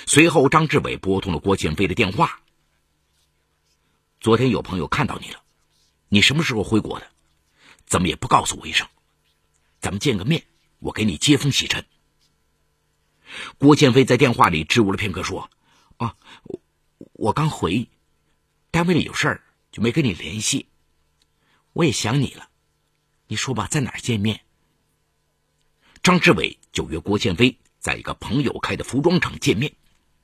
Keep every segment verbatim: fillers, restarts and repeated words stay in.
随后张志伟拨通了郭建飞的电话。昨天有朋友看到你了，你什么时候回国的？怎么也不告诉我一声？咱们见个面，我给你接风洗尘。郭建飞在电话里支吾了片刻说，啊，我我刚回，单位里有事儿就没跟你联系。我也想你了，你说吧，在哪儿见面？张志伟就约郭建飞在一个朋友开的服装厂见面。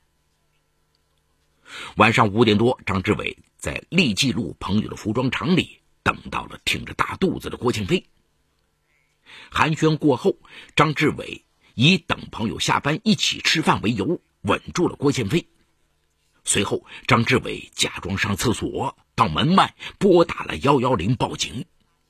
晚上五点多，张志伟在利济路朋友的服装厂里等到了挺着大肚子的郭建飞。寒暄过后，张志伟以等朋友下班一起吃饭为由，稳住了郭建飞。随后张志伟假装上厕所，到门外拨打了一一零报警。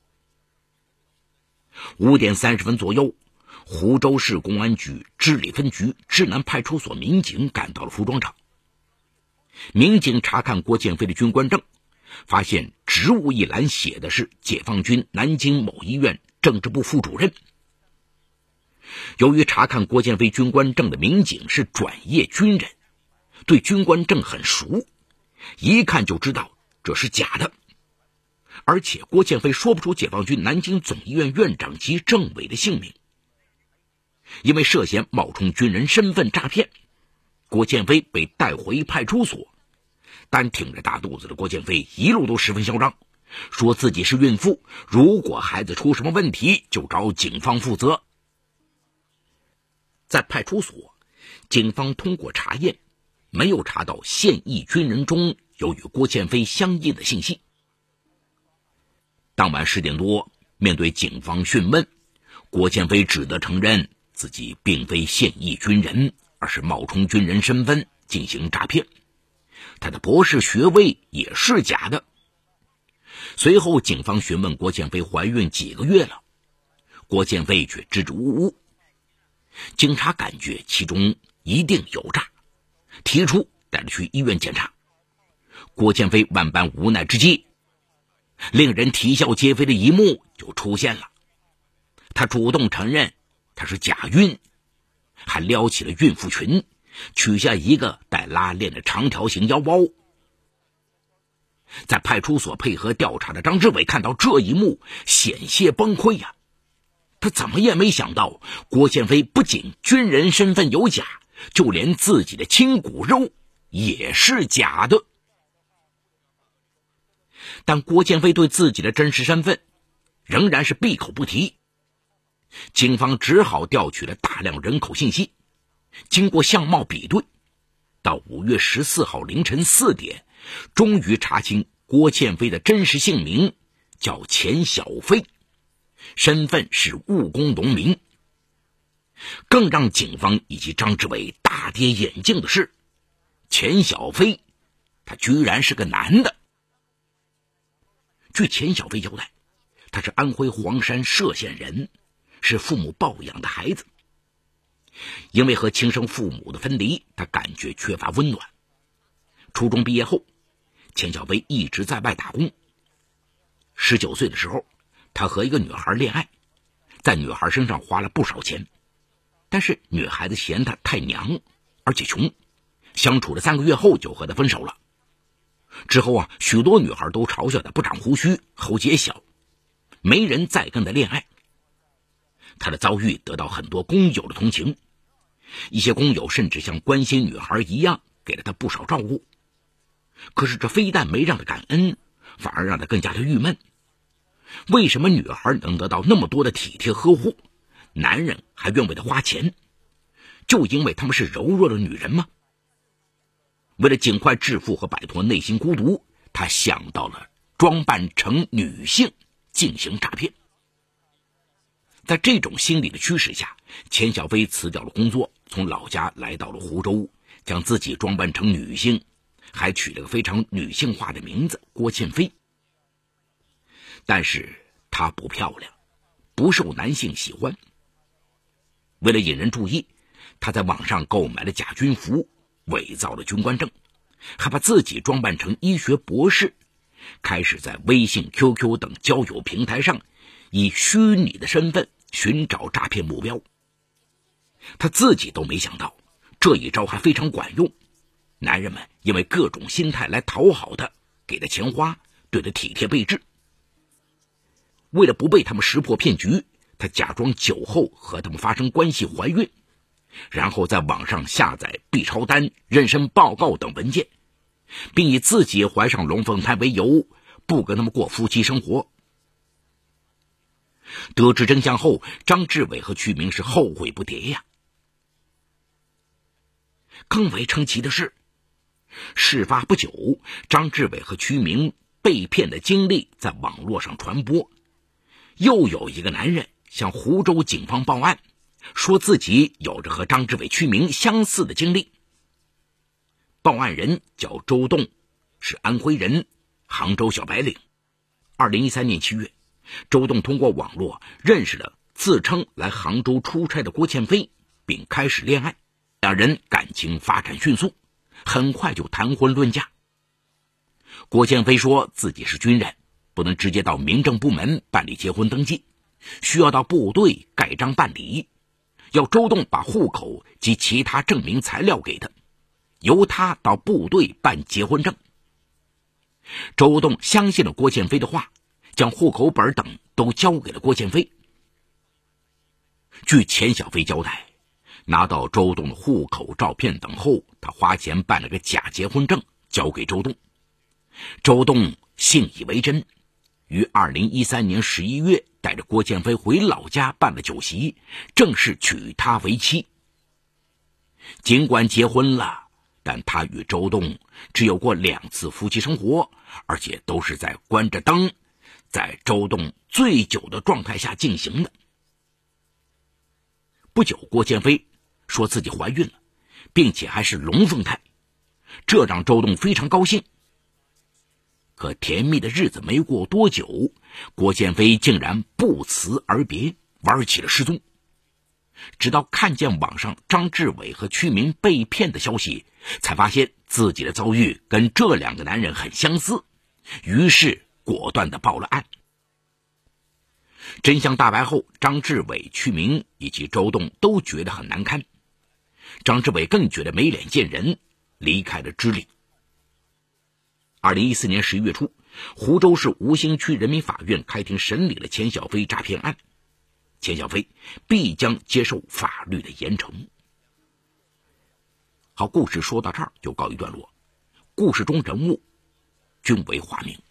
五点三十分左右，湖州市公安局织里分局支南派出所民警赶到了服装厂。民警查看郭建飞的军官证，发现职务一栏写的是解放军南京某医院政治部副主任。由于查看郭建飞军官证的民警是转业军人，对军官证很熟，一看就知道这是假的。而且郭建飞说不出解放军南京总医院院长及政委的姓名。因为涉嫌冒充军人身份诈骗，郭建飞被带回派出所。但挺着大肚子的郭建飞一路都十分嚣张，说自己是孕妇，如果孩子出什么问题就找警方负责。在派出所，警方通过查验，没有查到现役军人中有与郭建飞相应的信息。当晚十点多，面对警方讯问，郭建飞只得承认自己并非现役军人，而是冒充军人身份进行诈骗，他的博士学位也是假的。随后警方询问郭建飞怀孕几个月了，郭建飞却支支吾吾。警察感觉其中一定有诈，提出带他去医院检查。郭建飞万般无奈之际，令人啼笑皆非的一幕就出现了。他主动承认他是假孕，还撩起了孕妇裙，取下一个带拉链的长条形腰包。在派出所配合调查的张志伟看到这一幕，险些崩溃呀、啊！他怎么也没想到，郭建飞不仅军人身份有假，就连自己的亲骨肉也是假的。但郭建飞对自己的真实身份仍然是闭口不提。警方只好调取了大量人口信息，经过相貌比对，到五月十四号凌晨四点，终于查清郭建飞的真实姓名叫钱小飞，身份是务工农民。更让警方以及张志伟大跌眼镜的是，钱小飞他居然是个男的。据钱小飞交代，他是安徽黄山歙县人，是父母抱养的孩子。因为和亲生父母的分离，他感觉缺乏温暖。初中毕业后，钱小飞一直在外打工。十九岁的时候，他和一个女孩恋爱，在女孩身上花了不少钱，但是女孩子嫌他太娘，而且穷，相处了三个月后就和他分手了。之后啊，许多女孩都嘲笑他不长胡须，喉结小，没人再跟他恋爱。他的遭遇得到很多工友的同情，一些工友甚至像关心女孩一样给了他不少照顾。可是这非但没让他感恩，反而让他更加的郁闷。为什么女孩能得到那么多的体贴呵护，男人还愿为她花钱？就因为他们是柔弱的女人吗？为了尽快致富和摆脱内心孤独，他想到了装扮成女性进行诈骗。在这种心理的驱使下，钱小飞辞掉了工作，从老家来到了湖州，将自己装扮成女性，还取了个非常女性化的名字郭倩飞。但是她不漂亮，不受男性喜欢。为了引人注意，他在网上购买了假军服，伪造了军官证，还把自己装扮成医学博士，开始在微信 Q Q 等交友平台上以虚拟的身份寻找诈骗目标。他自己都没想到， 这一招还非常管用，男人们因为各种心态来讨好他，给他钱花，对他体贴备至。为了不被他们识破骗局，他假装酒后和他们发生关系怀孕，然后在网上下载 B 超单、妊娠报告等文件，并以自己怀上龙凤胎为由，不跟他们过夫妻生活。得知真相后，张志伟和曲明是后悔不迭呀。更为称奇的是，事发不久，张志伟和曲明被骗的经历在网络上传播，又有一个男人向湖州警方报案，说自己有着和张志伟、曲明相似的经历。报案人叫周栋，是安徽人，杭州小白领。二零一三年七月，周栋通过网络认识了自称来杭州出差的郭倩飞，并开始恋爱，两人感情发展迅速，很快就谈婚论嫁。郭倩飞说自己是军人，不能直接到民政部门办理结婚登记，需要到部队盖章办理，要周栋把户口及其他证明材料给他，由他到部队办结婚证。周栋相信了郭倩飞的话，将户口本等都交给了郭倩飞。据钱小飞交代，拿到周栋的户口照片等后，他花钱办了个假结婚证交给周栋。周栋信以为真，于二零一三年十一月带着郭倩飞回老家办了酒席，正式娶她为妻。尽管结婚了，但他与周栋只有过两次夫妻生活，而且都是在关着灯，在周栋醉酒的状态下进行的。不久，郭倩飞说自己怀孕了，并且还是龙凤胎，这让周栋非常高兴。可甜蜜的日子没过多久，郭倩飞竟然不辞而别，玩起了失踪。直到看见网上张志伟和曲明被骗的消息，才发现自己的遭遇跟这两个男人很相似，于是果断地报了案。真相大白后，张志伟、曲明以及周栋都觉得很难堪，张志伟更觉得没脸见人，离开了支领。二零一四年十一月初，湖州市吴兴区人民法院开庭审理了钱小飞诈骗案，钱小飞必将接受法律的严惩。好，故事说到这儿就告一段落，故事中人物均为化名。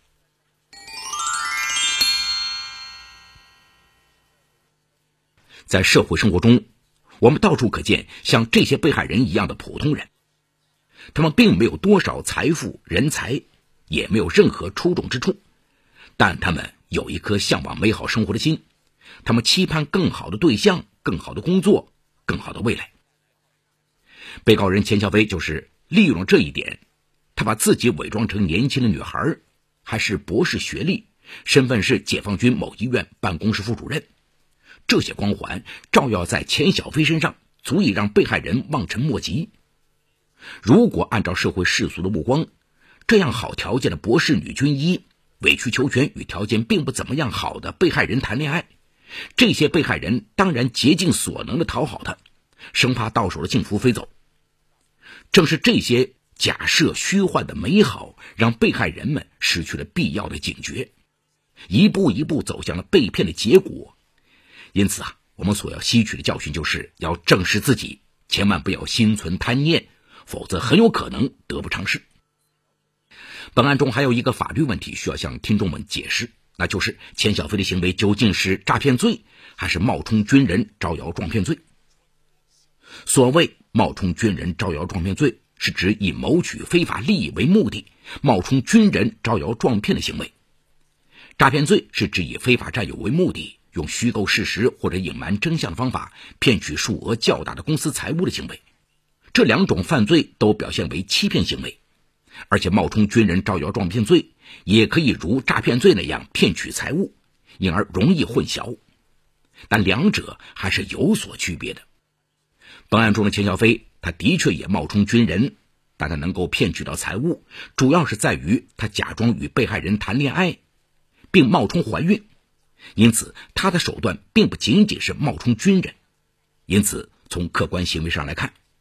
在社会生活中，我们到处可见像这些被害人一样的普通人，他们并没有多少财富、人才，也没有任何出众之处，但他们有一颗向往美好生活的心，他们期盼更好的对象、更好的工作、更好的未来。被告人钱小飞就是利用了这一点，他把自己伪装成年轻的女孩，还是博士学历，身份是解放军某医院办公室副主任。这些光环照耀在钱小飞身上，足以让被害人望尘莫及。如果按照社会世俗的目光，这样好条件的博士女军医委曲求全与条件并不怎么样好的被害人谈恋爱，这些被害人当然竭尽所能的讨好她，生怕到手的幸福飞走。正是这些假设虚幻的美好，让被害人们失去了必要的警觉，一步一步走向了被骗的结果。因此啊，我们所要吸取的教训就是要正视自己，千万不要心存贪念，否则很有可能得不偿失。本案中还有一个法律问题需要向听众们解释，那就是钱小飞的行为究竟是诈骗罪还是冒充军人招摇撞骗罪。所谓冒充军人招摇撞骗罪，是指以谋取非法利益为目的，冒充军人招摇撞骗的行为。诈骗罪是指以非法占有为目的，用虚构事实或者隐瞒真相的方法骗取数额较大的公司财物的行为。这两种犯罪都表现为欺骗行为，而且冒充军人招摇撞骗罪也可以如诈骗罪那样骗取财物，因而容易混淆，但两者还是有所区别的。本案中的钱小飞，他的确也冒充军人，但他能够骗取到财物，主要是在于他假装与被害人谈恋爱，并冒充怀孕，因此他的手段并不仅仅是冒充军人。因此从客观行为上来看，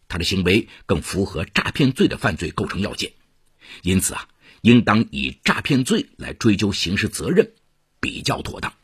他的行为更符合诈骗罪的犯罪构成要件，因此啊，应当以诈骗罪来追究刑事责任比较妥当。